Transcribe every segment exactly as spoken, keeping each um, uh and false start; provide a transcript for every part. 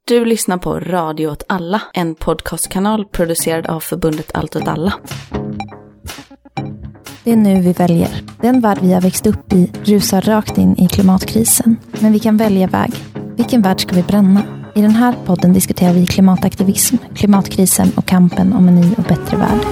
Du lyssnar på Radio åt alla, en podcastkanal producerad av förbundet Allt åt alla. Det är nu vi väljer. Den värld vi har växt upp i rusar rakt in i klimatkrisen. Men vi kan välja väg. Vilken värld ska vi bränna? I den här podden diskuterar vi klimataktivism, klimatkrisen och kampen om en ny och bättre värld.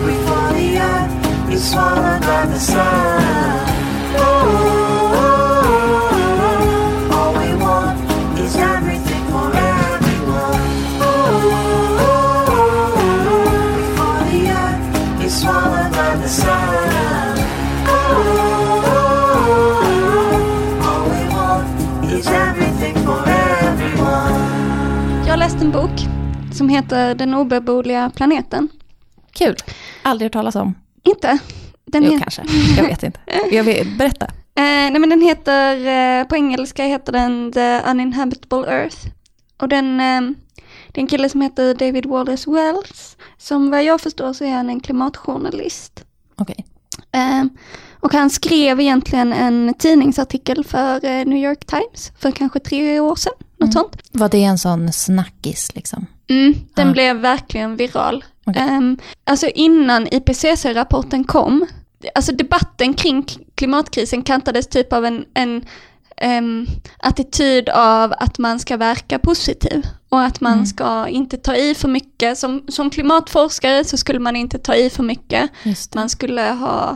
Jag läste en bok som heter Den obeboeliga planeten. Kul. Aldrig hört talas om. Inte. Den jo, het- kanske. Jag vet inte. Jag vill berätta. Eh, nej, men den heter, eh, på engelska heter den The Uninhabitable Earth. Och den, eh, det är en kille som heter David Wallace Wells. Som vad jag förstår så är han en klimatjournalist. Okej. Eh, och han skrev egentligen en tidningsartikel för eh, New York Times för kanske tre år sedan. Något Mm. sånt. Var det en sån snackis liksom? Mm, den Ah. blev verkligen viral. Okay. Um, alltså innan I P C C-rapporten kom, alltså debatten kring klimatkrisen kantades typ av en, en um, attityd av att man ska verka positiv och att man mm. ska inte ta i för mycket. Som, som klimatforskare så skulle man inte ta i för mycket. Man skulle ha,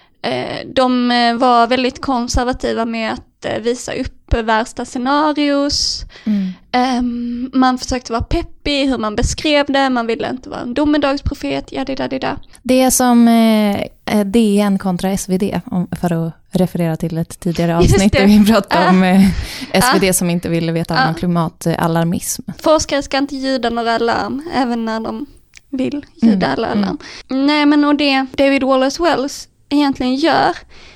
eh, de var väldigt konservativa med att visa upp värsta scenarios. Mm. Um, man försökte vara peppig hur man beskrev det. Man ville inte vara en domedagsprofet. Ja, det, där, det, där. Det är som eh, D N kontra S V D, om, för att referera till ett tidigare avsnitt där vi pratade uh. om eh, S V D uh. som inte ville veta uh. om klimatalarmism. Forskare ska inte ljuda några alarm, även när de vill ljuda mm. alla alarm. Mm. Nej, men och det David Wallace Wells egentligen gör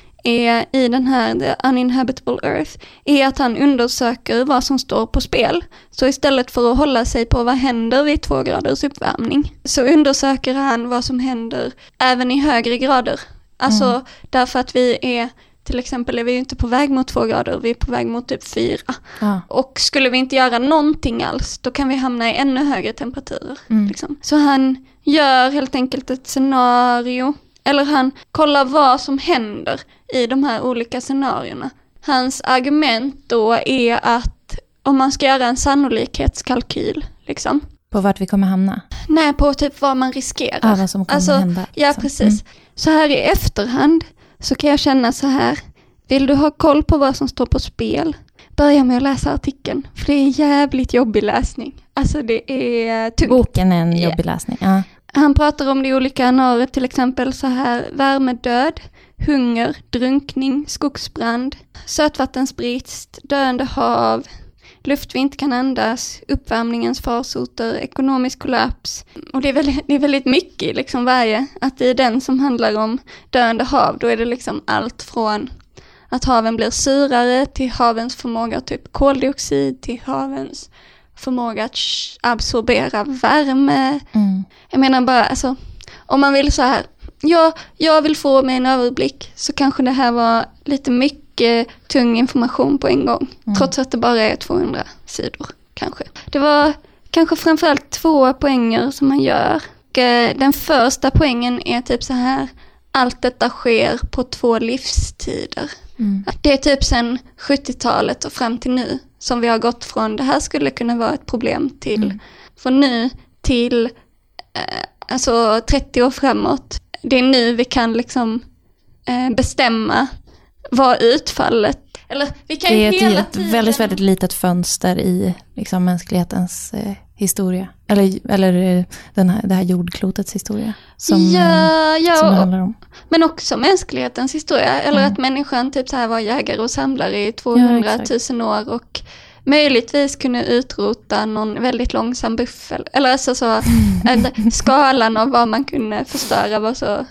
är i den här The Uninhabitable Earth är att han undersöker vad som står på spel. Så istället för att hålla sig på vad händer vid två graders uppvärmning så undersöker han vad som händer även i högre grader. Alltså mm. därför att vi är, till exempel är vi ju inte på väg mot två grader, vi är på väg mot typ fyra. Ah. Och skulle vi inte göra någonting alls, då kan vi hamna i ännu högre temperaturer. Mm. Liksom. Så han gör helt enkelt ett scenario. Eller han kollar vad som händer i de här olika scenarierna. Hans argument då är att om man ska göra en sannolikhetskalkyl, liksom. På vart vi kommer hamna? Nej, på typ vad man riskerar. Ah, vad som kommer alltså, hända. Ja, liksom. precis. Mm. Så här i efterhand så kan jag känna så här. Vill du ha koll på vad som står på spel? Börja med att läsa artikeln. För det är jävligt jobbig läsning. Alltså det är tungt. Boken är en jobbig läsning, ja. Han pratar om de olika scenarier, till exempel så här: värmedöd, hunger, drunkning, skogsbrand, sötvattensbrist, döende hav, luft vi inte kan andas, uppvärmningens farsoter, ekonomisk kollaps. Och det är väldigt, det är väldigt mycket liksom varje, att det är den som handlar om döende hav, då är det liksom allt från att haven blir surare till havens förmåga typ koldioxid, till havens förmåga att absorbera värme. Mm. Jag menar bara, alltså, om man vill så här, ja, jag vill få mig en överblick, så kanske det här var lite mycket tung information på en gång. Mm. Trots att det bara är tvåhundra sidor, kanske. Det var kanske framförallt två poänger som man gör. Och, eh, den första poängen är typ så här: allt detta sker på två livstider. Mm. Det är typ sedan sjuttiotalet och fram till nu som vi har gått från det här skulle kunna vara ett problem till mm. från nu till eh, alltså trettio år framåt. Det är nu vi kan liksom eh, bestämma vad utfallet, eller vi kan det är hela ett tiden... väldigt väldigt litet fönster i liksom mänsklighetens eh, historia, eller eller eh, den här det här jordklotets historia som ja, ja, som det handlar om. Men också mänsklighetens historia, eller mm. att människan typ så här var jägare och samlare i tvåhundratusen ja, år och möjligtvis kunde utrota någon väldigt långsam buffel. Eller alltså så mm. skalan av vad man kunde förstöra var så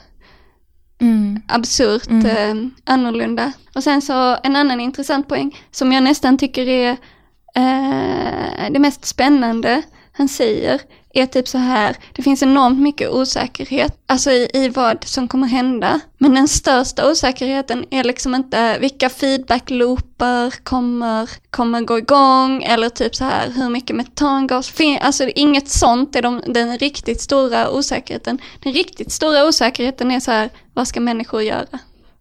mm. absurt mm. Eh, annorlunda. Och sen så en annan intressant poäng som jag nästan tycker är eh, det mest spännande han säger är typ så här, det finns enormt mycket osäkerhet alltså i, i vad som kommer hända, men den största osäkerheten är liksom inte vilka feedback-loopar kommer, kommer gå igång eller typ så här hur mycket metangas finns, alltså inget sånt är de, den riktigt stora osäkerheten. Den riktigt stora osäkerheten är så här, vad ska människor göra?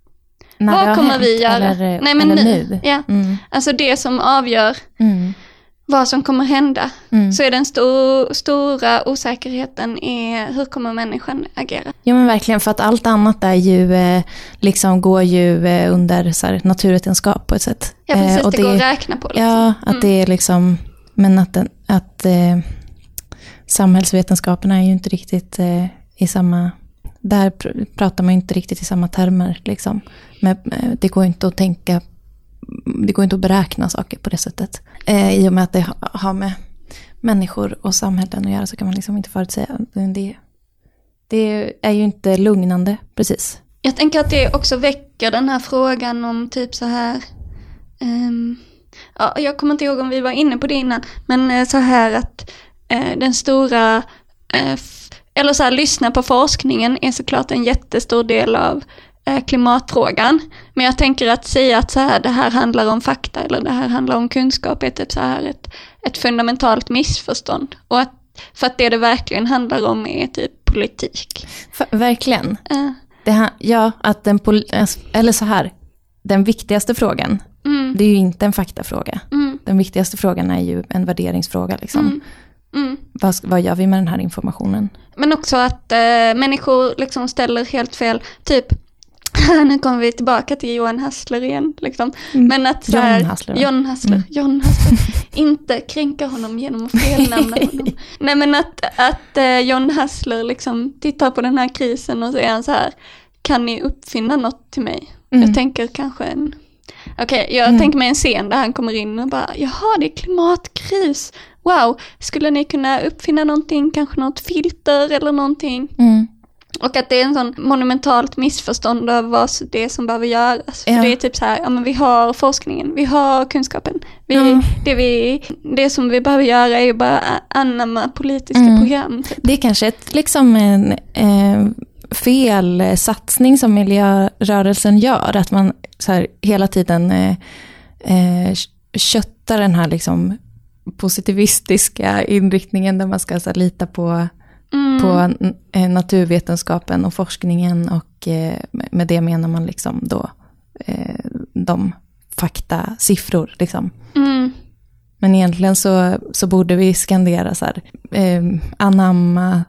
När vad kommer hänt, vi göra? Eller, Nej, men eller nu. nu. Ja. Mm. Alltså det som avgör Mm. vad som kommer hända. Mm. Så är den sto- stora osäkerheten är hur kommer människan agera? Ja men verkligen, för att allt annat är ju eh, liksom går ju eh, under så här, naturvetenskap på ett sätt. Ja precis, eh, och det, det går att räkna på. Liksom. Ja, att mm. det är liksom, men att, den, att eh, samhällsvetenskaperna är ju inte riktigt eh, i samma, där pr- pratar man ju inte riktigt i samma termer liksom. Men eh, det går inte att tänka, det går inte att beräkna saker på det sättet. Eh, I och med att det ha, har med människor och samhällen att göra så kan man liksom inte förutsäga. Det, det är ju inte lugnande, precis. Jag tänker att det också väcker den här frågan om typ så här, um, ja, jag kommer inte ihåg om vi var inne på det innan, men uh, så här att uh, den stora, uh, f- eller så här, lyssna på forskningen är såklart en jättestor del av uh, klimatfrågan. Men jag tänker att säga att så här, det här handlar om fakta eller det här handlar om kunskap är typ så här ett, ett fundamentalt missförstånd. Och att, för att det det verkligen handlar om är typ politik. För, verkligen. Uh. Det här, ja, att den pol- eller så här, den viktigaste frågan, Mm. det är ju inte en faktafråga. Mm. Den viktigaste frågan är ju en värderingsfråga. Liksom. Mm. Mm. Vad, vad gör vi med den här informationen? Men också att eh, människor liksom ställer helt fel, typ, nu kommer vi tillbaka till Johan Hassler igen. Liksom. Mm. Men att så här, John Hassler. John Hassler, Mm. John Hassler. Inte kränka honom genom att felnamna honom. Nej men att, att eh, John Hassler liksom tittar på den här krisen och säger han så här, kan ni uppfinna något till mig? Mm. Jag tänker kanske en, okej, okay, jag Mm. tänker mig en scen där han kommer in och bara, jaha det är klimatkris. Wow, skulle ni kunna uppfinna någonting, kanske något filter eller någonting? Mm. Och att det är en sån monumentalt missförstånd av vad det är som behöver göras. Ja. För det är typ så här, ja men vi har forskningen, vi har kunskapen. Vi, Mm. det, vi, det som vi behöver göra är ju bara anamma politiska Mm. program. Typ. Det är kanske ett, liksom en eh, fel satsning som miljörörelsen gör. Att man så här, hela tiden eh, eh, köttar den här liksom, positivistiska inriktningen där man ska så här, lita på Mm. på eh, naturvetenskapen och forskningen och eh, med det menar man liksom då eh, de fakta, siffror liksom. Mm. Men egentligen så, så borde vi skandera så här, eh, anamma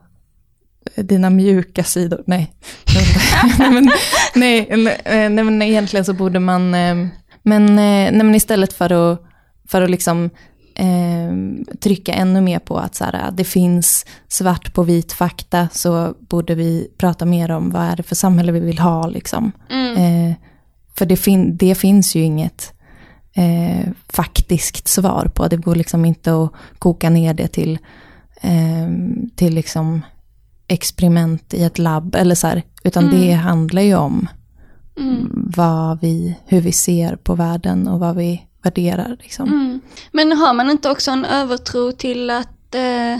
dina mjuka sidor. Nej. nej, men, nej, nej, nej, men egentligen så borde man eh, men, eh, nej, men istället för att, för att liksom Eh, trycka ännu mer på att så här, det finns svart på vit fakta, så borde vi prata mer om vad är det för samhälle vi vill ha liksom. Mm. Eh, för det, fin- det finns ju inget eh, faktiskt svar på. Det går liksom inte att koka ner det till eh, till liksom experiment i ett labb eller så här, utan Mm. det handlar ju om Mm. vad vi, hur vi ser på världen och vad vi värderar liksom. Mm. Men har man inte också en övertro till att eh,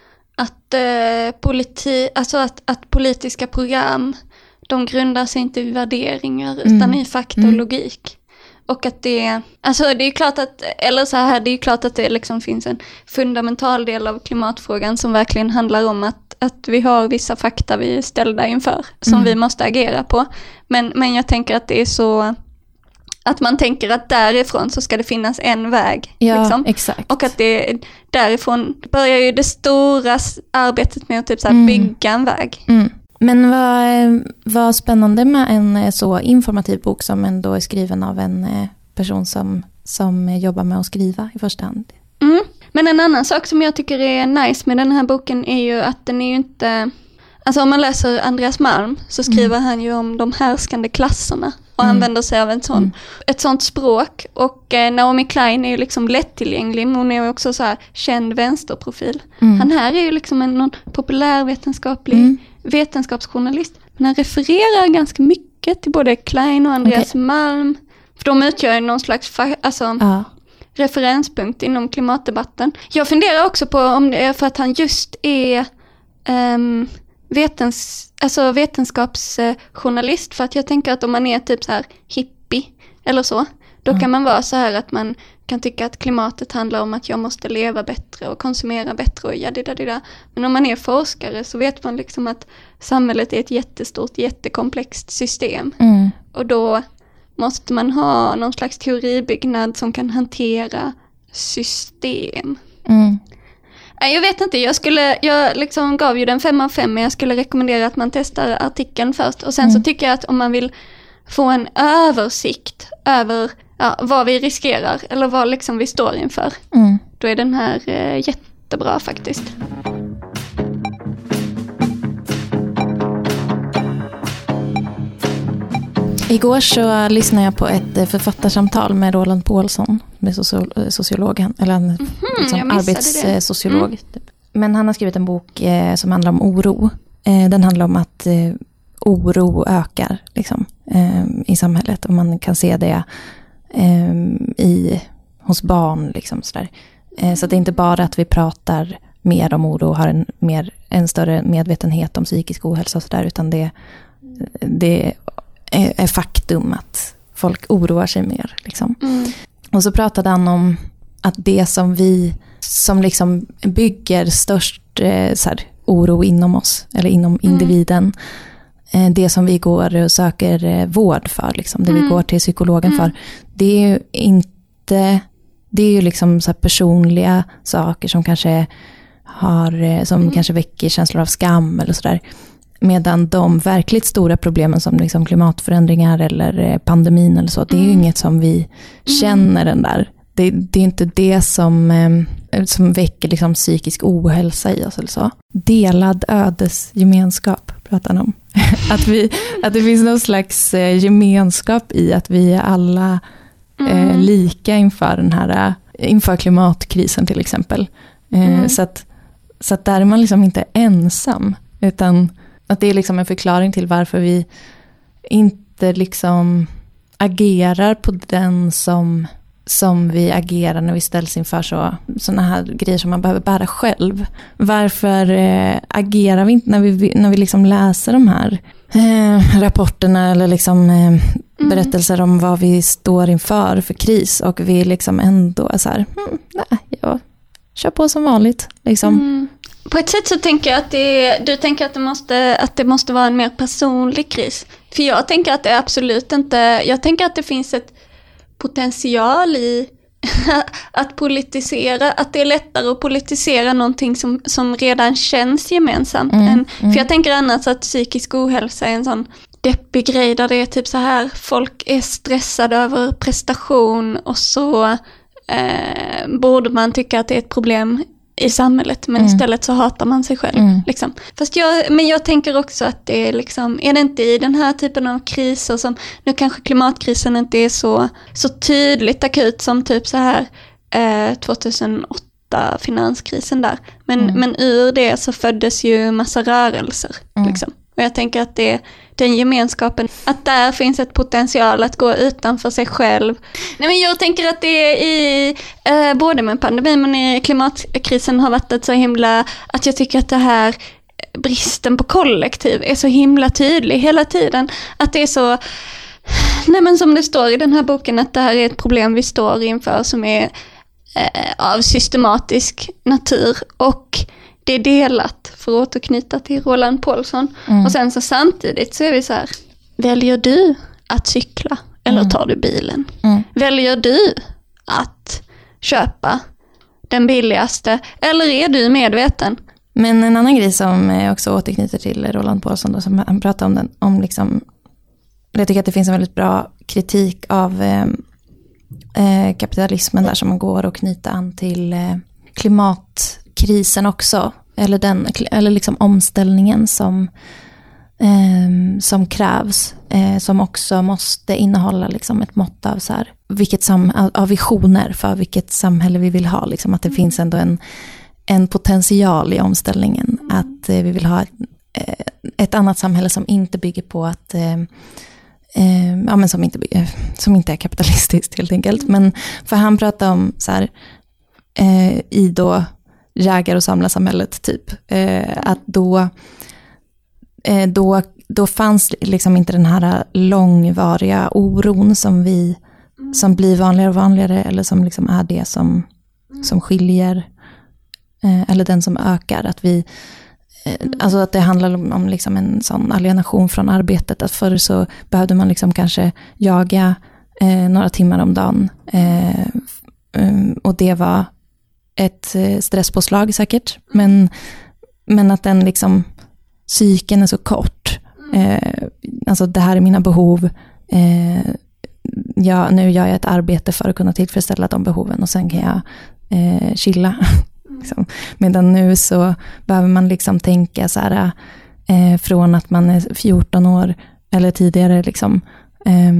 att, eh, politi- alltså att, att politiska program, de grundar sig inte i värderingar Mm. utan i fakta och Mm. logik. Och att det, alltså det är ju klart att, eller så här, det är ju klart att det liksom finns en fundamental del av klimatfrågan som verkligen handlar om att, att vi har vissa fakta vi är ställda inför som Mm. vi måste agera på. Men, men jag tänker att det är så, att man tänker att därifrån så ska det finnas en väg. Ja, liksom. exakt. Och att det därifrån börjar ju det stora s- arbetet med att typ så här Mm. bygga en väg. Mm. Men vad, vad spännande med en så informativ bok som ändå är skriven av en person som, som jobbar med att skriva i första hand. Mm. Men en annan sak som jag tycker är nice med den här boken är ju att den är ju inte... Alltså om man läser Andreas Malm så skriver mm. han ju om de härskande klasserna och Mm. använder sig av en sån, Mm. ett sånt språk. Och eh, Naomi Klein är ju liksom lättillgänglig, men hon är ju också så här känd vänsterprofil. Mm. Han här är ju liksom en någon populärvetenskaplig Mm. vetenskapsjournalist. Men han refererar ganska mycket till både Klein och Andreas Okay. Malm. För de utgör ju någon slags fa- alltså, Ja. referenspunkt inom klimatdebatten. Jag funderar också på om det är för att han just är um, vetens, alltså vetenskapsjournalist. För att jag tänker att om man är typ så här hippie eller så, då mm. kan man vara så här att man kan tycka att klimatet handlar om att jag måste leva bättre och konsumera bättre och jadidadida. Men om man är forskare så vet man liksom att samhället är ett jättestort, jättekomplext system. Mm. Och då måste man ha någon slags teoribyggnad som kan hantera system. Mm. Jag vet inte, jag skulle jag liksom gav ju den fem av fem, men jag skulle rekommendera att man testar artikeln först. Och sen mm. så tycker jag att om man vill få en översikt över ja, vad vi riskerar eller vad liksom vi står inför, mm. då är den här eh, jättebra faktiskt. Igår så lyssnade jag på ett författarsamtal med Roland Paulsson, med sociologen, eller en mm-hmm, liksom arbetssociolog. Mm. Men han har skrivit en bok eh, som handlar om oro. Eh, den handlar om att eh, oro ökar liksom, eh, i samhället, och man kan se det eh, i, hos barn. Liksom, sådär. Eh, så det är inte bara att vi pratar mer om oro och har en, mer, en större medvetenhet om psykisk ohälsa och sådär, utan det, det är faktum att folk oroar sig mer. Liksom. Mm. Och så pratade han om att det som vi som liksom bygger störst eh, så här, oro inom oss, eller inom mm. individen, eh, det som vi går och söker eh, vård för, liksom, det mm. vi går till psykologen mm. för, det är ju inte, det är ju liksom så här personliga saker som kanske har, som mm. kanske väcker känslor av skam eller sådär. Medan de verkligt stora problemen som liksom klimatförändringar eller pandemin eller så, det är ju mm. inget som vi mm. känner den där. Det, det är inte det som, eh, som väcker liksom psykisk ohälsa i oss eller så. Delad ödesgemenskap pratar han om. att, vi, att det finns någon slags eh, gemenskap i att vi är alla eh, mm. lika inför den här, inför klimatkrisen till exempel. Eh, mm. så, att, så att där är man liksom inte ensam, utan att det är liksom en förklaring till varför vi inte liksom agerar på den som, som vi agerar när vi ställs inför så, såna här grejer som man behöver bära själv. Varför eh, agerar vi inte när vi, när vi liksom läser de här eh, rapporterna eller liksom, eh, mm. berättelser om vad vi står inför för kris, och vi liksom ändå är så här, hm, nej, jag kör på som vanligt. Liksom. Mm. På ett sätt så tänker jag att det, du tänker att det, måste, att det måste vara en mer personlig kris. För jag tänker att det absolut inte, jag tänker att det finns ett potential i att politisera, att det är lättare att politisera någonting som, som redan känns gemensamt. Mm, än, mm. För jag tänker annars att psykisk ohälsa är en sån deppig grej där det är typ så här, folk är stressade över prestation och så eh, borde man tycka att det är ett problem i samhället, men mm. istället så hatar man sig själv. Mm. Liksom. Fast jag, men jag tänker också att det är liksom, är det inte i den här typen av kriser som, nu kanske klimatkrisen inte är så, så tydligt akut som typ så här eh, tjugohundraåtta finanskrisen där. Men, mm. men ur det så föddes ju massa rörelser. Mm. Liksom. Och jag tänker att det är den gemenskapen, att där finns ett potential att gå utanför sig själv. Nej, men jag tänker att det är i eh, både med pandemin men i klimatkrisen har varit så himla, att jag tycker att det här bristen på kollektiv är så himla tydlig hela tiden. Att det är så, nej men som det står i den här boken, att det här är ett problem vi står inför som är eh, av systematisk natur, och det är delat, för att återknyta till Roland Paulsson. Mm. Och sen så samtidigt så är vi så här, väljer du att cykla eller tar du bilen? Mm. Väljer du att köpa den billigaste eller är du medveten? Men en annan grej som också återknyter till Roland Paulsson då, som han pratar om, den, om liksom, jag tycker att det finns en väldigt bra kritik av eh, kapitalismen där som man går och knyta an till eh, klimat krisen också, eller den eller liksom omställningen som eh, som krävs, eh, som också måste innehålla liksom ett mått av så här, vilket sam, av visioner för vilket samhälle vi vill ha, liksom, att det mm. finns ändå en en potential i omställningen, mm. att eh, vi vill ha ett, eh, ett annat samhälle som inte bygger på att eh, eh, ja, men som, inte, eh, som inte är kapitalistiskt helt enkelt. Men för han pratar om så här, eh, i då jägar- och samlarsamhället typ, eh, att då, eh, då, då fanns liksom inte den här långvariga oron som vi som blir vanligare och vanligare, eller som liksom är det som, som skiljer, eh, eller den som ökar, att vi eh, alltså att det handlar om, om liksom en sån alienation från arbetet, att förr så behövde man liksom kanske jaga eh, några timmar om dagen, eh, och det var ett stresspåslag säkert, men, men att den liksom psyken är så kort, eh, alltså det här är mina behov, eh, ja, nu gör jag ett arbete för att kunna tillfredsställa de behoven och sen kan jag eh, chilla. liksom. Medan nu så behöver man liksom tänka så här, eh, från att man är fjorton år eller tidigare liksom, eh,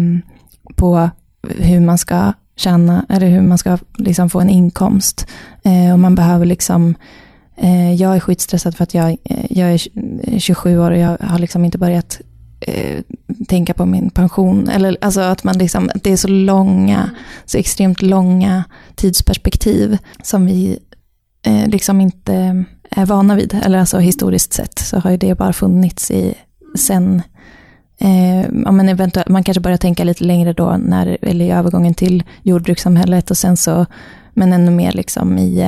på hur man ska tjäna, eller hur man ska liksom få en inkomst. Eh, och man behöver liksom, eh, jag är skitstressad för att jag, jag är tjugosju år och jag har liksom inte börjat eh, tänka på min pension. Eller, alltså att man liksom, det är så långa, så extremt långa tidsperspektiv som vi eh, liksom inte är vana vid. Eller alltså historiskt sett så har ju det bara funnits i sen. Eh, ja, men eventuellt, man kanske börjar tänka lite längre då när, eller i övergången till jordbrukssamhället, och sen så, men ännu mer liksom i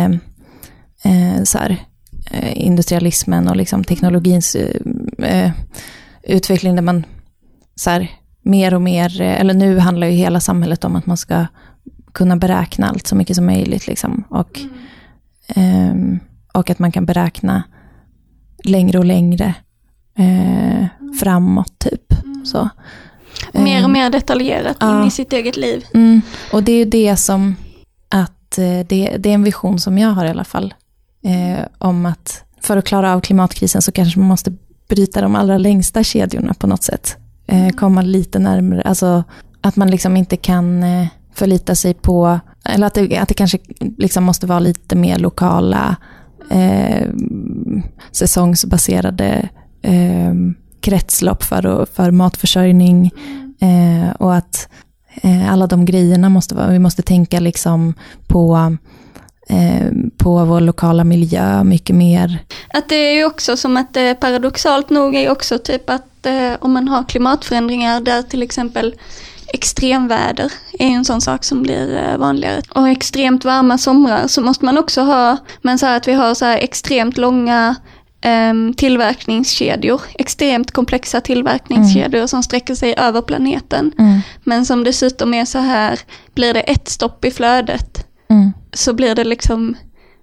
eh, så här, eh, industrialismen och liksom teknologins eh, utveckling, där man så här, mer och mer, eller nu handlar ju hela samhället om att man ska kunna beräkna allt så mycket som möjligt liksom, och, mm. eh, och att man kan beräkna längre och längre eh, framåt typ. Så. Och mer och mer detaljerat ja. in i sitt eget liv. Mm. Och det är ju det som att det, det är en vision som jag har i alla fall, eh, om att för att klara av klimatkrisen så kanske man måste bryta de allra längsta kedjorna på något sätt. Eh, komma lite närmare, alltså att man liksom inte kan eh, förlita sig på, eller att det, att det kanske liksom måste vara lite mer lokala eh, säsongsbaserade eh, kretslopp för, för matförsörjning, eh, och att eh, alla de grejerna måste vara, vi måste tänka liksom på eh, på vår lokala miljö mycket mer. Att det är ju också som att eh, paradoxalt nog är också typ att eh, om man har klimatförändringar där till exempel extremväder är en sån sak som blir eh, vanligare, och extremt varma somrar, så måste man också ha, men så här att vi har så här extremt långa Um, tillverkningskedjor, extremt komplexa tillverkningskedjor mm. som sträcker sig över planeten, mm. men som dessutom är så här, blir det ett stopp i flödet mm. så blir det liksom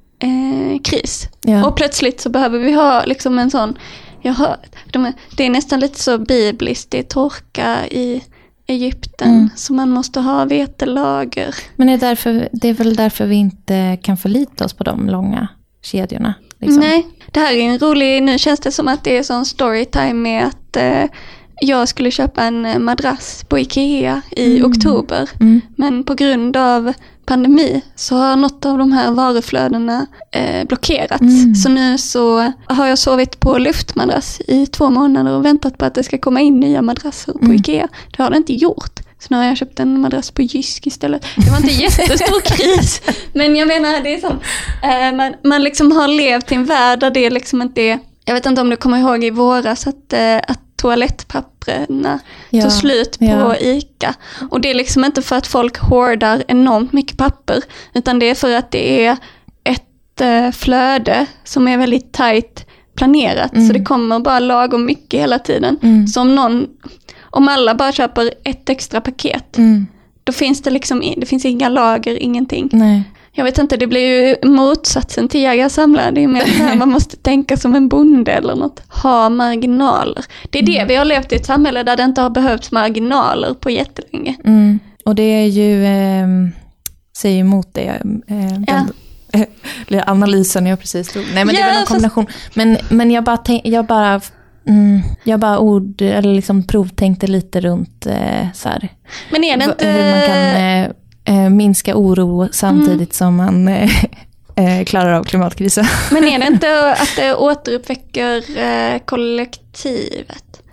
eh, kris, ja. Och plötsligt så behöver vi ha liksom en sån, jag hör, de, det är nästan lite så bibliskt, det är torka i Egypten, mm. så man måste ha vetelager. Men det är, därför, det är väl därför vi inte kan förlita oss på de långa kedjorna. Liksom. Nej, det här är en rolig, nu känns det som att det är sån storytime med att eh, jag skulle köpa en madrass på Ikea i mm. oktober, mm. men på grund av pandemi så har något av de här varuflödena eh, blockerats. Mm. Så nu så har jag sovit på luftmadrass i två månader och väntat på att det ska komma in nya madrasser på mm. Ikea. Det har det inte gjort. Så nu har jag köpt en madrass på Jysk istället. Det var inte jättestor kris. Men jag menar, det är som, eh, man, man liksom har levt i en värld där det liksom inte är, jag vet inte om du kommer ihåg i våras att, eh, att toalettpapperna ja, tog slut på ja. Ica. Och det är liksom inte för att folk hoardar enormt mycket papper, utan det är för att det är ett eh, flöde som är väldigt tajt planerat. Mm. Så det kommer bara lagom mycket hela tiden. Mm. Så om någon, om alla bara köper ett extra paket, mm. då finns det liksom, det finns inga lager, ingenting. Nej. Jag vet inte, det blir ju motsatsen till jägarsamlare. Det är mer här man måste tänka som en bonde eller något. Ha marginaler. Det är mm. det, vi har levt i ett samhälle där det inte har behövts marginaler på jättelänge. Mm. Och det är ju, eh, säger emot det. Eh, ja. Den, eh, analysen jag precis tog. Nej, men ja, det är väl en kombination. Fast... Men, men jag bara, tänk, jag bara, mm, jag bara ord, eller liksom provtänkte lite runt eh, så här. Men är det inte... Hur man kan... Eh, minska oro samtidigt mm. som man eh, klarar av klimatkrisen. Men är det inte att det återuppväcker eh, kollektivet?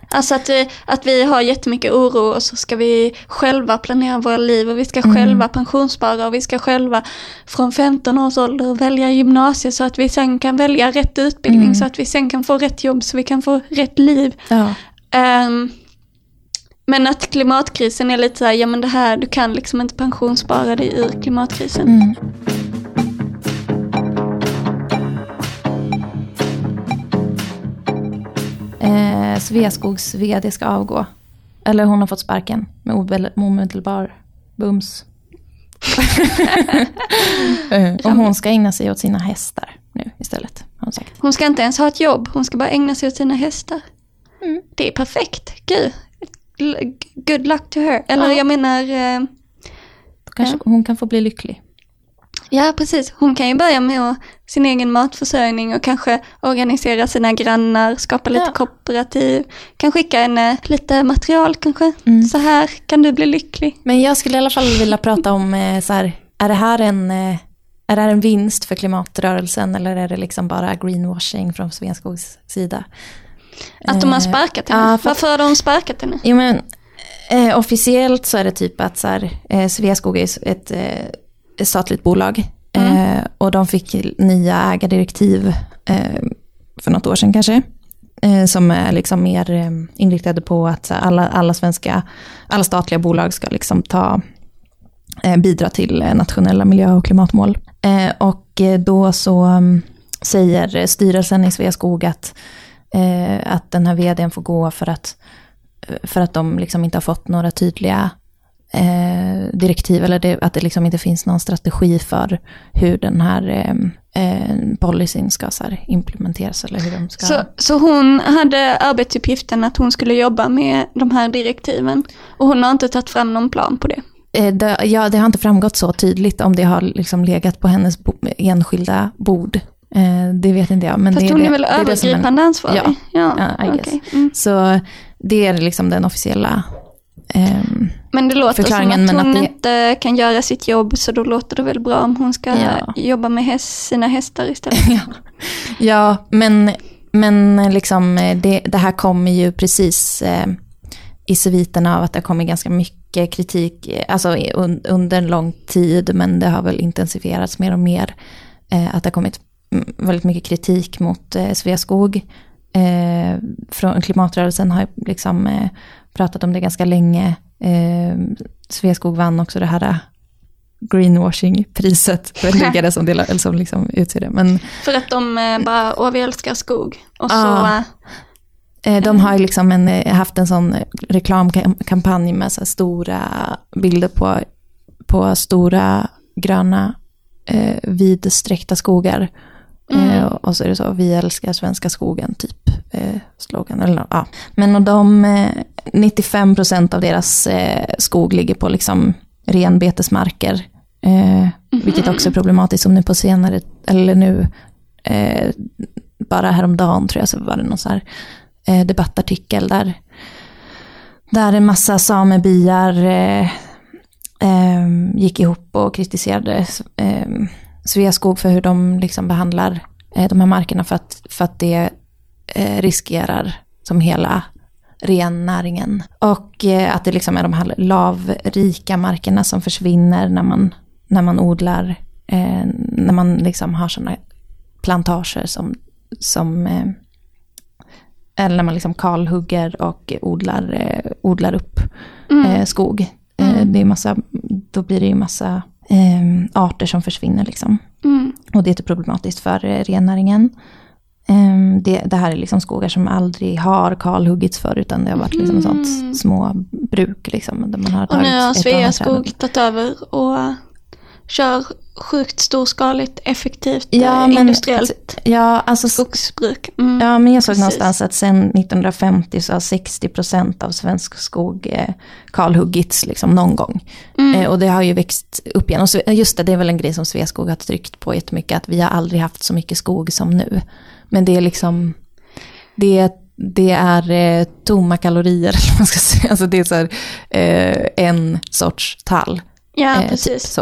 Alltså att vi, att vi har jättemycket oro och så ska vi själva planera våra liv och vi ska mm. själva pensionsspara och vi ska själva från femton års ålder välja gymnasiet så att vi sen kan välja rätt utbildning mm. så att vi sen kan få rätt jobb så vi kan få rätt liv. Ja. Um, men att klimatkrisen är lite så här, ja men det här, du kan liksom inte pensionsspara dig ur klimatkrisen. Mm. Eh, Sveaskogs vd ska avgå. Eller hon har fått sparken med omedelbar bums. Och hon ska ägna sig åt sina hästar nu istället, har hon sagt. Hon ska inte ens ha ett jobb, hon ska bara ägna sig åt sina hästar. Mm. Det är perfekt, gud. Good luck to her. Eller ja. jag menar... Eh, Kanske ja. hon kan få bli lycklig. Ja, precis. Hon kan ju börja med sin egen matförsörjning och kanske organisera sina grannar, skapa lite ja. kooperativ. Kan skicka henne lite material kanske. Mm. Så här kan du bli lycklig. Men jag skulle i alla fall vilja prata om så här, är det här en, är det här en vinst för klimatrörelsen eller är det liksom bara greenwashing från Sveaskogs sida? Att de har sparkat henne? Ja, varför har de sparkat henne? Jo, men eh, officiellt så är det typ att så här, eh, Sveaskog är ett... Eh, ett statligt bolag mm. eh, och de fick nya ägardirektiv eh, för något år sedan kanske eh, som är liksom mer eh, inriktade på att här, alla, alla svenska alla statliga bolag ska liksom ta eh, bidra till eh, nationella miljö- och klimatmål eh, och eh, då så um, säger styrelsen i Sveaskog att, eh, att den här vdn får gå för att för att de liksom inte har fått några tydliga Eh, direktiv eller det, att det liksom inte finns någon strategi för hur den här eh, eh, policyn ska så här, implementeras eller hur de ska... Så, så hon hade arbetsuppgiften att hon skulle jobba med de här direktiven och hon har inte tagit fram någon plan på det? Eh, det ja, det har inte framgått så tydligt om det har liksom legat på hennes bo, enskilda bord. Eh, det vet inte jag. Men Fast det, hon är det, väl det är övergripande en, ansvarig? Ja, ja, ja I guess. Okay. Mm. Så det är liksom den officiella Um, men det låter som att hon att det... inte kan göra sitt jobb så då låter det väl bra om hon ska ja. jobba med häst, sina hästar istället. ja. ja, men, men liksom det, det här kommer ju precis eh, i sviterna av att det kommer ganska mycket kritik alltså un, under en lång tid men det har väl intensifierats mer och mer eh, att det har kommit väldigt mycket kritik mot eh, Sveaskog. Eh, från klimatrörelsen har liksom eh, pratat om det ganska länge. Eh, Sveaskog vann också det här greenwashing-priset för det som, delar, eller som liksom utser det. Men, för att de eh, bara, åh vi älskar skog. Och så, ah, eh, de har ju liksom en, haft en sån reklamkampanj med så här stora bilder på, på stora gröna eh, vidsträckta skogar. Mm. Eh, och så är det så, vi älskar svenska skogen typ eh, slogan eller ja. Men och de eh, nittiofem procent av deras eh, skog ligger på liksom renbetesmarker eh, mm-hmm. vilket också är problematiskt som nu på senare eller nu eh, bara häromdagen tror jag så var det någon så här eh, debattartikel där där en massa samebyar eh, eh, gick ihop och kritiserade eh, Sveaskog för hur de liksom behandlar eh, de här markerna för att, för att det eh, riskerar som hela rennäringen. Och eh, att det liksom är de här lavrika markerna som försvinner när man, när man odlar, eh, när man liksom har sådana plantager som, som eh, eller när man liksom kalhugger och odlar, eh, odlar upp mm. eh, skog. Mm. Eh, det är massa, då blir det ju massa Eh, arter som försvinner liksom. Mm. Och det är problematiskt för eh, rennäringen. Eh, det, det här är liksom skogar som aldrig har kalhuggits för utan det har varit liksom mm. sånt små bruk liksom, där man har och nu har Sveaskog tagit över och kör sjukt storskaligt, effektivt, ja, men, industriellt ja, alltså, skogsbruk. Mm. Ja, men jag såg Precis. någonstans att sedan nittonhundrafemtio så har sextio procent av svensk skog eh, kalhuggits liksom någon gång. Mm. Eh, och det har ju växt upp igen. Och så, just det, det är väl en grej som Sveaskog har tryckt på jättemycket, att vi har aldrig haft så mycket skog som nu. Men det är liksom, det, det är eh, tomma kalorier, eller man ska säga. Alltså det är så här, eh, en sorts tall. Ja, eh, precis. Typ så.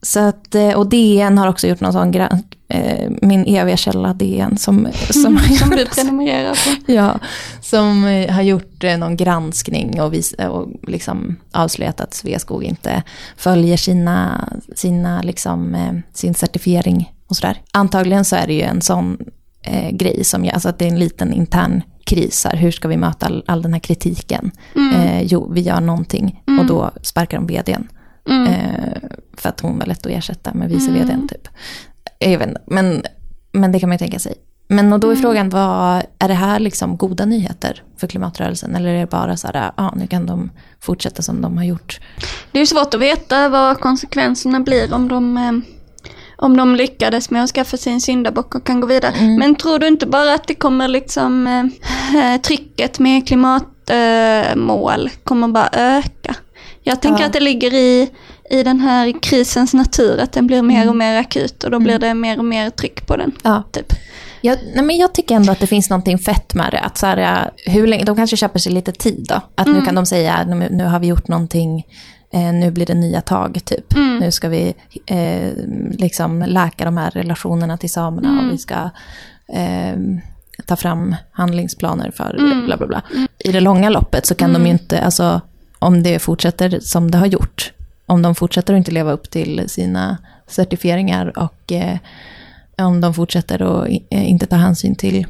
Så att, och D N har också gjort någon sån grann, eh, min eviga källa D N som, som, som du prenumererar på. Ja, som eh, har gjort eh, någon granskning och, vis, och liksom avslöjat att Sveaskog inte följer sina, sina liksom, eh, sin certifiering och sådär. Antagligen så är det ju en sån eh, grej som, alltså att det är en liten intern kris här. Hur ska vi möta all, all den här kritiken? Mm. Eh, jo, vi gör någonting mm. och då sparkar de vdn. Mm. Eh, för att hon var lätt att ersätta med vice vdn mm. typ. Jag vet inte, men, men det kan man ju tänka sig. Men och då är mm. frågan, vad, är det här liksom goda nyheter för klimatrörelsen? Eller är det bara så här, ja, nu kan de fortsätta som de har gjort? Det är svårt att veta vad konsekvenserna blir om de, eh, om de lyckades med att skaffa sin syndabock och kan gå vidare. Mm. Men tror du inte bara att det kommer liksom eh, trycket med klimatmål eh, kommer bara öka? Jag tänker ja. att det ligger i, i den här krisens natur, att den blir mer mm. och mer akut och då blir det mer och mer tryck på den. Ja. Typ. Jag, nej men jag tycker ändå att det finns någonting fett med det. Att så här, hur länge, de kanske köper sig lite tid då. Att mm. nu kan de säga, nu, nu har vi gjort någonting, eh, nu blir det nya tag typ. Mm. Nu ska vi eh, liksom läka de här relationerna till samerna mm. och vi ska eh, ta fram handlingsplaner för mm. bla bla bla. Mm. I det långa loppet så kan mm. de ju inte, alltså om det fortsätter som det har gjort, om de fortsätter att inte leva upp till sina certifieringar och eh, om de fortsätter att eh, inte ta hänsyn till,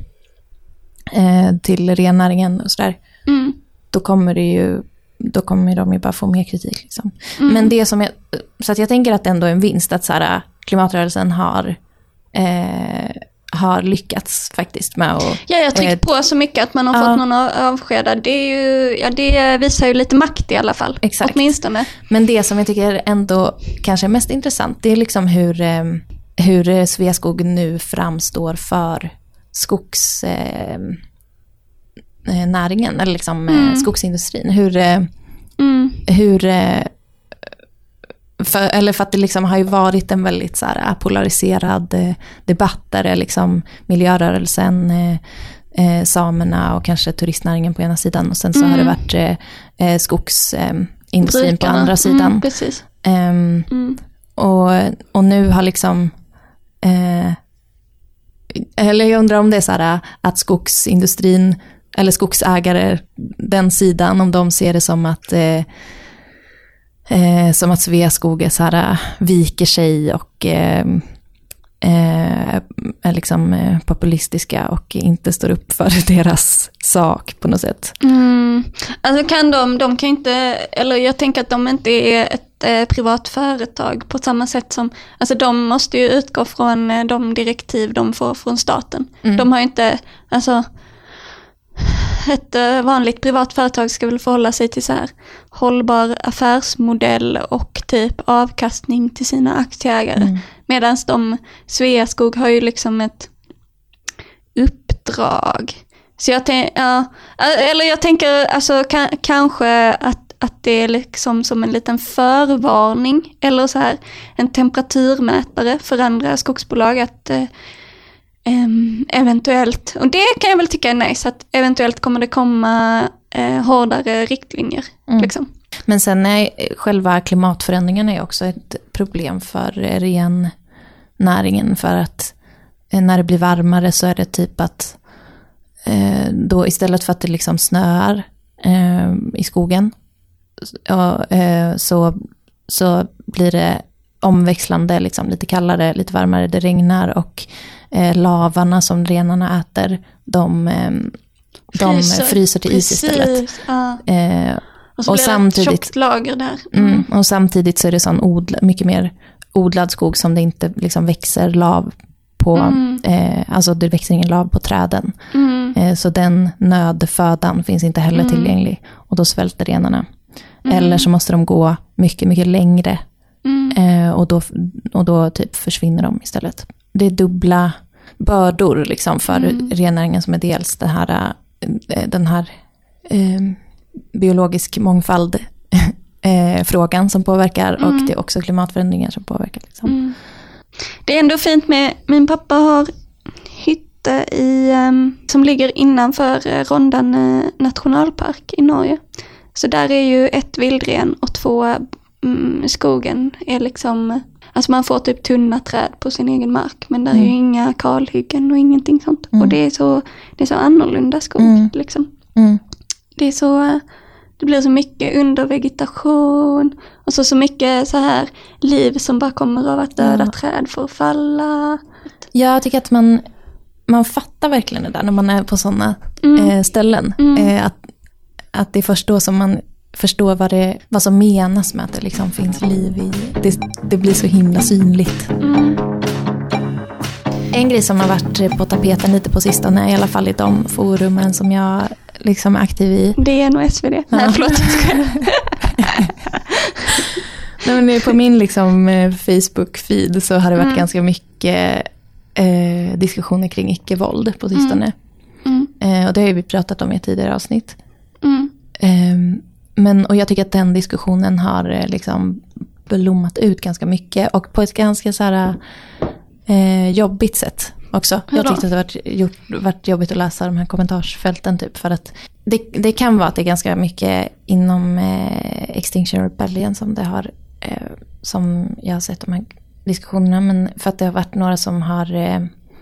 eh, till rennäringen och sådär, mm. då kommer det ju, då kommer de ju bara få mer kritik liksom. Mm. Men det som jag, så att jag tänker att det ändå är en vinst att så här, klimatrörelsen har eh, har lyckats faktiskt med att... Ja, jag trycker eh, på så mycket att man har uh, fått någon avskedad. Det, är ju, ja, det visar ju lite makt i alla fall. Exakt. Åtminstone. Men det som jag tycker ändå kanske är mest intressant, det är liksom hur, eh, hur Sveaskog nu framstår för skogsnäringen, eh, eller liksom mm. eh, skogsindustrin. Hur... Eh, mm. hur eh, För, eller för att det liksom har ju varit en väldigt så här polariserad eh, debatt där det liksom miljörörelsen, eh, eh, samerna och kanske turistnäringen på ena sidan och sen så mm. har det varit eh, skogsindustrin eh, på andra sidan. Mm, precis. Um, mm. och, och nu har liksom eh, eller jag undrar om det är så här att skogsindustrin eller skogsägare, den sidan, om de ser det som att eh, Eh, som att Sveaskog är så här, viker sig och eh, eh, är liksom eh, populistiska och inte står upp för deras sak på något sätt. Mm. Alltså kan de, de kan inte, eller jag tänker att de inte är ett eh, privat företag på samma sätt som, alltså de måste ju utgå från eh, de direktiv de får från staten. Mm. De har ju inte, alltså ett vanligt privat företag ska väl förhålla sig till så här hållbar affärsmodell och typ avkastning till sina aktieägare. Mm. Medan de, Sveaskog har ju liksom ett uppdrag. Så jag, tänk, ja, eller jag tänker alltså ka, kanske att, att det är liksom som en liten förvarning eller så här en temperaturmätare för andra skogsbolag att Um, eventuellt, och det kan jag väl tycka är nice, att eventuellt kommer det komma uh, hårdare riktlinjer. Mm. Liksom. Men sen är själva klimatförändringen är också ett problem för rennäringen, för att eh, när det blir varmare så är det typ att eh, då istället för att det liksom snöar eh, i skogen och, eh, så, så blir det omväxlande, liksom, lite kallare, lite varmare, det regnar och eh, lavarna som renarna äter, de, eh, de fryser, fryser till is istället. Ja. Eh, och så och blir samtidigt, det ett tjockt lager där. Mm. Mm, och samtidigt så är det sån odla, mycket mer odlad skog som det inte liksom växer lav på, mm. eh, alltså det växer ingen lav på träden. Mm. Eh, så den nödfödan finns inte heller mm. tillgänglig och då svälter renarna. Mm. Eller så måste de gå mycket, mycket längre. Mm. Eh, och, då, och då typ försvinner de istället. Det är dubbla bördor liksom för mm. rennäringen, som är dels det här, den här eh, biologisk mångfald eh, frågan som påverkar mm. och det är också klimatförändringar som påverkar. Liksom. Mm. Det är ändå fint med, min pappa har hytte i, um, som ligger innanför Rondane nationalpark i Norge. Så där är ju ett vildren och två Mm, skogen är liksom, alltså man får typ tunna träd på sin egen mark, men där Mm. är ju inga kalhyggen och ingenting sånt. Mm. Och det är så, det är så annorlunda skog Mm. liksom. Mm. Det är så, det blir så mycket undervegetation och så så mycket så här liv som bara kommer av att döda Ja. träd får falla. Jag tycker att man, man fattar verkligen det där när man är på sådana Mm. eh, ställen. Mm. Eh, att, att det är först då som man förstår vad, det, vad som menas med att det liksom finns liv i. Det, det blir så himla synligt. Mm. En grej som har varit på tapeten lite på sistone, i alla fall i de forumen som jag liksom är aktiv i. Det är nog S V D. Ja. Nej, förlåt. Nej, men på min liksom, Facebook-feed så har det varit Mm. ganska mycket eh, diskussioner kring icke-våld på sistone. Mm. Eh, och det har ju vi pratat om i ett tidigare avsnitt. Mm. Eh, men, och jag tycker att den diskussionen har eh, liksom blommat ut ganska mycket. Och på ett ganska så här, eh, jobbigt sätt också. Hur Jag då? tyckte att det har varit, gjort, varit jobbigt att läsa de här kommentarsfälten typ. För att det, det kan vara att det är ganska mycket inom eh, Extinction Rebellion som det har, eh, som jag har sett de här diskussionerna. Men för att det har varit några som har eh,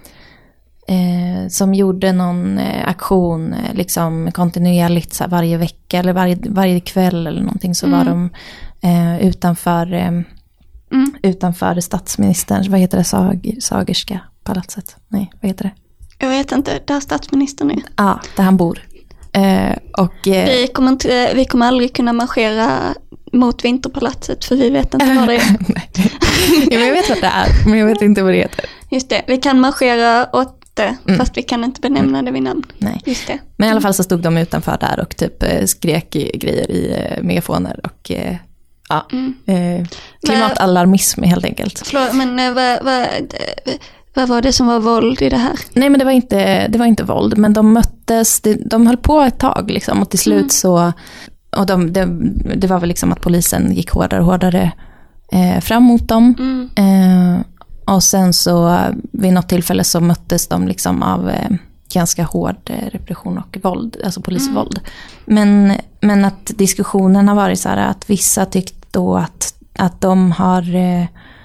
eh, som gjorde någon eh, aktion eh, liksom kontinuerligt så här, varje vecka eller varje, varje kväll eller någonting, så Mm. var de eh, utanför eh, Mm. utanför statsministerns, vad heter det, Sag, Sagerska palatset? Nej, vad heter det? Jag vet inte, där statsministern är. Ja, ah, där han bor. Eh, och eh, Vi kommer, inte, vi kommer aldrig kunna marschera mot Vinterpalatset för vi vet inte vad det är. Nej. Ja, men jag vet vad det är, men jag vet inte vad det heter. Just det, vi kan marschera åt det, Mm. fast vi kan inte benämna det vid namn. Nej. Just det. Men i alla fall så stod de utanför där och typ eh, skrek i, grejer i eh, megafoner och eh, ja, Mm. eh, klimatalarmism helt enkelt. Förlåt, men eh, vad, vad, vad var det som var våld i det här? Nej, men det var inte, det var inte våld, men de möttes, de, de höll på ett tag liksom, och till slut Mm. så, och de, det, det var väl liksom att polisen gick hårdare och hårdare eh, fram mot dem. Mm. Eh, och sen så vid något tillfälle så möttes de liksom av eh, ganska hård eh, repression och våld, alltså polisvåld. Men, men att diskussionen har varit så här att vissa tyckte då att, att de har eh,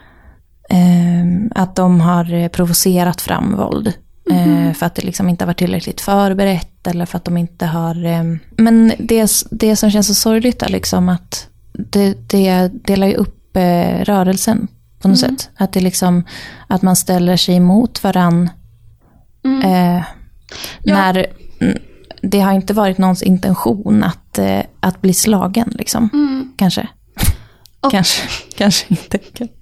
eh, att de har provocerat fram våld. Eh, för att det liksom inte har varit tillräckligt förberett eller för att de inte har... Eh, men det, det som känns så sorgligt är liksom att det, det delar ju upp eh, rörelsen på något Mm. sätt. Att det liksom, att man ställer sig emot varann. Mm. Eh, Ja. när mm, det har inte varit någons intention att, eh, att bli slagen liksom. Mm. Kanske. Och- Kanske. Kanske inte.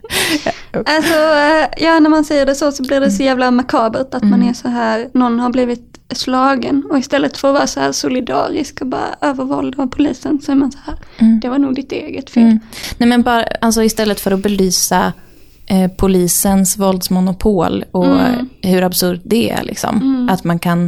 Alltså, eh, ja, när man säger det så så blir det så jävla makabert att man Mm. är så här, någon har blivit slagen och istället för att vara så här solidarisk och bara övervåld av polisen så är man så här, Mm. det var nog ditt eget fel. Mm. Nej, men bara, alltså istället för att belysa eh, polisens våldsmonopol och Mm. hur absurt det är liksom. Mm. Att man kan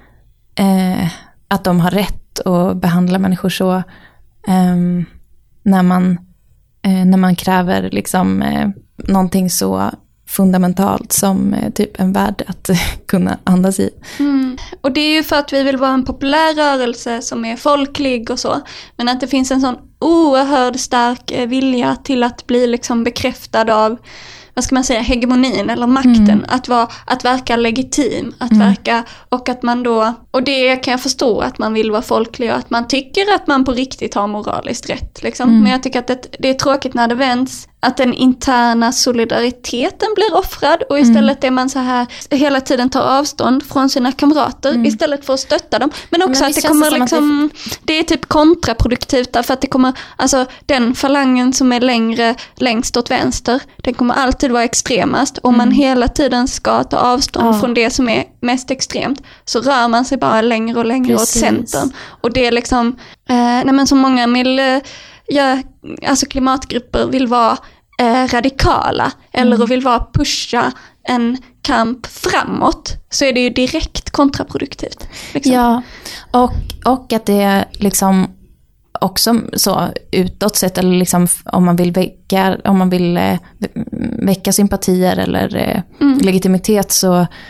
eh, att de har rätt att behandla människor så ehm, när man eh, när man kräver liksom eh, någonting så fundamentalt som eh, typ en värld att eh, kunna andas i. Mm. Och det är ju för att vi vill vara en populär rörelse som är folklig och så. Men att det finns en sån oerhörd stark eh, vilja till att bli liksom bekräftad av, vad ska man säga, hegemonin eller makten. Mm. Att, vara, att verka legitim, att Mm. verka, och att man då, och det kan jag förstå att man vill vara folklig och att man tycker att man på riktigt har moraliskt rätt. Liksom. Mm. Men jag tycker att det, det är tråkigt när det vänds, att den interna solidariteten blir offrad och istället är man så här hela tiden tar avstånd från sina kamrater Mm. istället för att stötta dem. Men också Men att visst det känns kommer det som att liksom, det är typ kontraproduktivt därför att det kommer, alltså den falangen som är längre längst åt vänster, den kommer alltid vara extremast. Om man hela tiden ska ta avstånd Ja. från det som är mest extremt så rör man sig bara längre och längre Precis. åt centern. Och det är liksom, eh, nej men som många vill, eh, ja, alltså klimatgrupper vill vara eh, radikala eller Mm. vill vara pusha en kamp framåt, så är det ju direkt kontraproduktivt. Liksom. Ja, och, och att det är liksom också så utåt sett, eller liksom om man vill väcka, om man vill eh, väcka sympatier eller eh, Mm. legitimitet så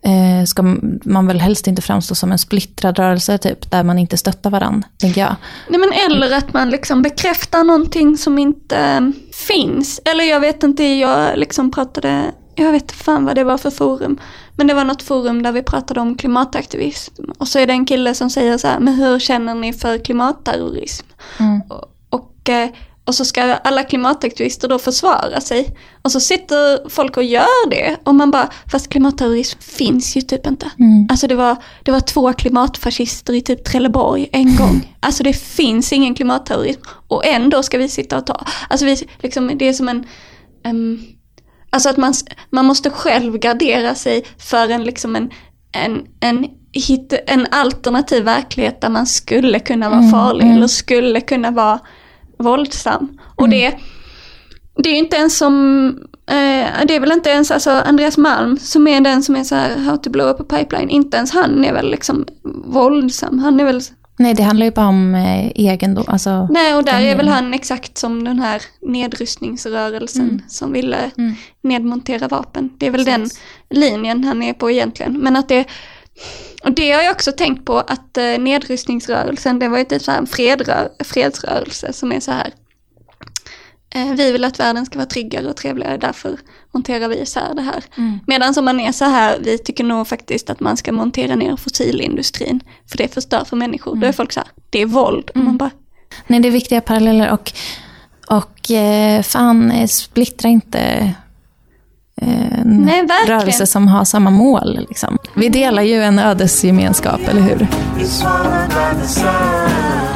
eh, ska man väl helst inte framstå som en splittrad rörelse typ, där man inte stöttar varandra, tänker jag. Nej, men eller att man liksom bekräftar någonting som inte äh, finns. Eller jag vet inte, jag liksom pratade, jag vet inte fan vad det var för forum. Men det var något forum där vi pratade om klimataktivism. Och så är det en kille som säger så här, men hur känner ni för klimatterrorism? Mm. Och, och, och så ska alla klimataktivister då försvara sig. Och så sitter folk och gör det. Och man bara, fast klimatterrorism finns ju typ inte. Mm. Alltså det var, det var två klimatfascister i typ Trelleborg en gång. Alltså det finns ingen klimatterrorism. Och ändå ska vi sitta och ta. Alltså vi, liksom, det är som en... Um, Alltså att man, man måste själv gardera sig för en, liksom en, en, en, hit, en alternativ verklighet där man skulle kunna vara farlig mm, mm. eller skulle kunna vara våldsam. Och mm. det, det är inte ens som, eh, det är väl inte ens alltså Andreas Malm som är den som är så här how to blow up a pipeline. Inte ens han är väl liksom våldsam. Han är väl... Nej, det handlar ju bara om eh, egendom. Alltså, Nej, och där är väl han exakt som den här nedrustningsrörelsen mm. som ville mm. nedmontera vapen. Det är väl Precis. den linjen han är på egentligen. Men att det, och det har jag också tänkt på, att eh, nedrustningsrörelsen, det var ju typ så här en fredrör, fredsrörelse som är så här. Eh, vi vill att världen ska vara tryggare och trevligare, därför monterar vi isär det här. Mm. Medan som man är så här, vi tycker nog faktiskt att man ska montera ner fossilindustrin, för det förstör för människor. Mm. Då är folk så här, det är våld. Mm. Och man bara... Nej, det är viktiga paralleller och, och eh, fan, splittra inte eh, en Nej, rörelse som har samma mål. Liksom. Vi delar ju en ödesgemenskap, eller hur?